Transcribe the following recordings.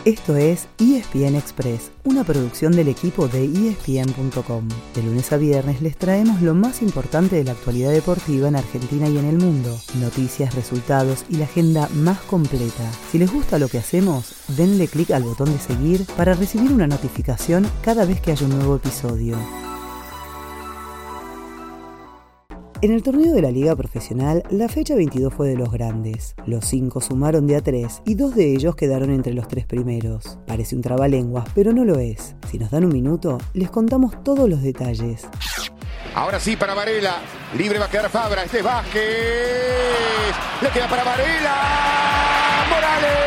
Esto es ESPN Express, una producción del equipo de ESPN.com. De lunes a viernes les traemos lo más importante de la actualidad deportiva en Argentina y en el mundo. Noticias, resultados y la agenda más completa. Si les gusta lo que hacemos, denle clic al botón de seguir para recibir una notificación cada vez que haya un nuevo episodio. En el torneo de la Liga Profesional, la fecha 22 fue de los grandes. Los 5 sumaron de a 3 y 2 de ellos quedaron entre los 3 primeros. Parece un trabalenguas, pero no lo es. Si nos dan un minuto, les contamos todos los detalles. Ahora sí para Varela. Libre va a quedar Fabra. Este es Vázquez. Le queda para Varela. Morales.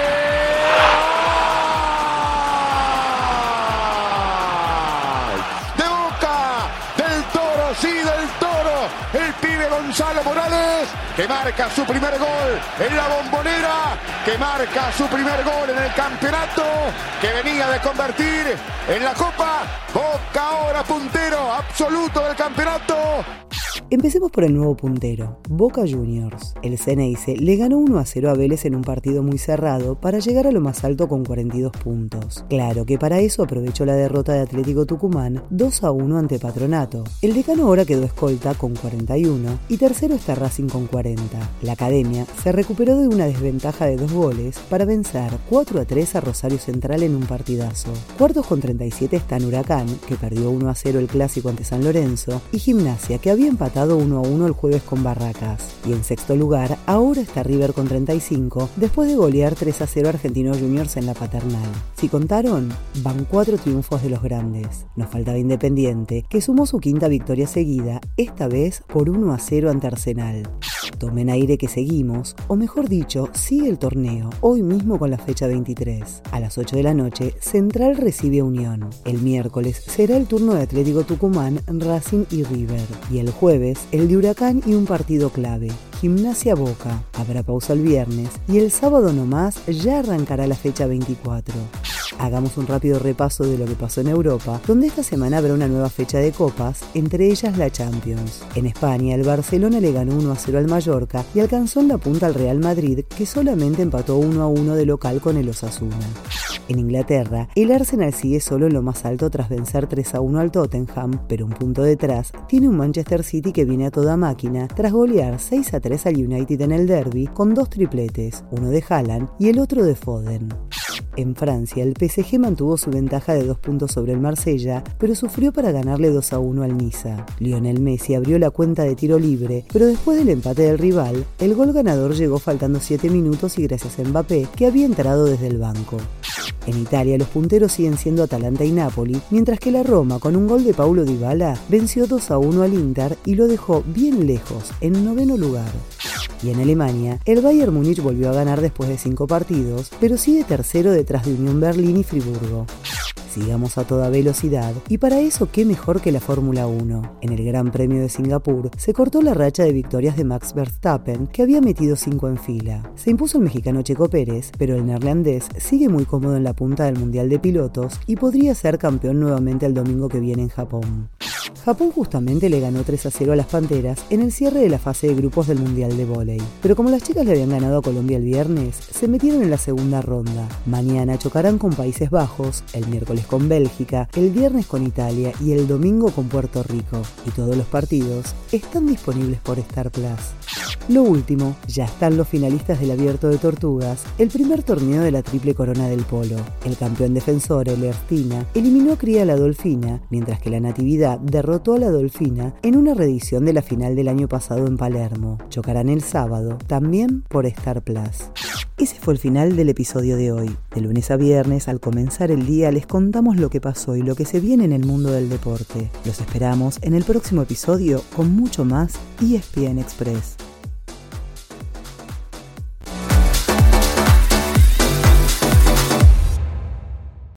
De Boca. Del Toro. Sí, del Toro. El pibe Gonzalo Morales, que marca su primer gol en la Bombonera, que marca su primer gol en el campeonato, que venía de convertir en la Copa. Boca ahora puntero absoluto del campeonato. Empecemos por el nuevo puntero, Boca Juniors. El Ceneice le ganó 1-0 a Vélez en un partido muy cerrado para llegar a lo más alto con 42 puntos. Claro que para eso aprovechó la derrota de Atlético Tucumán 2-1 ante Patronato. El decano ahora quedó escolta con 41 y tercero está Racing con 40. La Academia se recuperó de una desventaja de 2 goles para vencer 4-3 a Rosario Central en un partidazo. Cuartos con 37 están Huracán, que perdió 1-0 el clásico ante San Lorenzo, y Gimnasia, que había empatado 1-1 el jueves con Barracas. Y en sexto lugar, ahora está River con 35, después de golear 3-0 a Argentinos Juniors en la Paternal. Si contaron, van 4 triunfos de los grandes. Nos faltaba Independiente, que sumó su quinta victoria seguida, esta vez por 1-0 ante Arsenal. Tomen aire que seguimos, o mejor dicho, sigue el torneo, hoy mismo con la fecha 23. A las 8 de la noche, Central recibe a Unión. El miércoles será el turno de Atlético Tucumán, Racing y River. Y el jueves, el de Huracán y un partido clave, Gimnasia Boca. Habrá pausa el viernes y el sábado nomás ya arrancará la fecha 24. Hagamos un rápido repaso de lo que pasó en Europa, donde esta semana habrá una nueva fecha de copas, entre ellas la Champions. En España, el Barcelona le ganó 1-0 al Mallorca y alcanzó en la punta al Real Madrid, que solamente empató 1-1 de local con el Osasuna. En Inglaterra, el Arsenal sigue solo en lo más alto tras vencer 3-1 al Tottenham, pero un punto detrás tiene un Manchester City que viene a toda máquina tras golear 6-3 al United en el derby con 2 tripletes, uno de Haaland y el otro de Foden. En Francia, el PSG mantuvo su ventaja de 2 puntos sobre el Marsella, pero sufrió para ganarle 2-1 al Niza. Lionel Messi abrió la cuenta de tiro libre, pero después del empate del rival, el gol ganador llegó faltando 7 minutos y gracias a Mbappé, que había entrado desde el banco. En Italia, los punteros siguen siendo Atalanta y Napoli, mientras que la Roma, con un gol de Paulo Dybala, venció 2-1 al Inter y lo dejó bien lejos, en 9º lugar. Y en Alemania, el Bayern Múnich volvió a ganar después de 5 partidos, pero sigue tercero detrás de Unión Berlín y Friburgo. Sigamos a toda velocidad, y para eso qué mejor que la Fórmula 1. En el Gran Premio de Singapur se cortó la racha de victorias de Max Verstappen, que había metido 5 en fila. Se impuso el mexicano Checo Pérez, pero el neerlandés sigue muy cómodo en la punta del Mundial de Pilotos y podría ser campeón nuevamente el domingo que viene en Japón. Japón justamente le ganó 3-0 a las Panteras en el cierre de la fase de grupos del Mundial de Vóley. Pero como las chicas le habían ganado a Colombia el viernes, se metieron en la segunda ronda. Mañana chocarán con Países Bajos, el miércoles con Bélgica, el viernes con Italia y el domingo con Puerto Rico. Y todos los partidos están disponibles por Star Plus. Lo último, ya están los finalistas del Abierto de Tortugas, el primer torneo de la Triple Corona del Polo. El campeón defensor, el Ertina, eliminó a Cría la Dolfina, mientras que la Natividad derrotó a la Dolfina en una reedición de la final del año pasado en Palermo. Chocarán el sábado, también por Star Plus. Ese fue el final del episodio de hoy. De lunes a viernes, al comenzar el día, les contamos lo que pasó y lo que se viene en el mundo del deporte. Los esperamos en el próximo episodio con mucho más ESPN Express.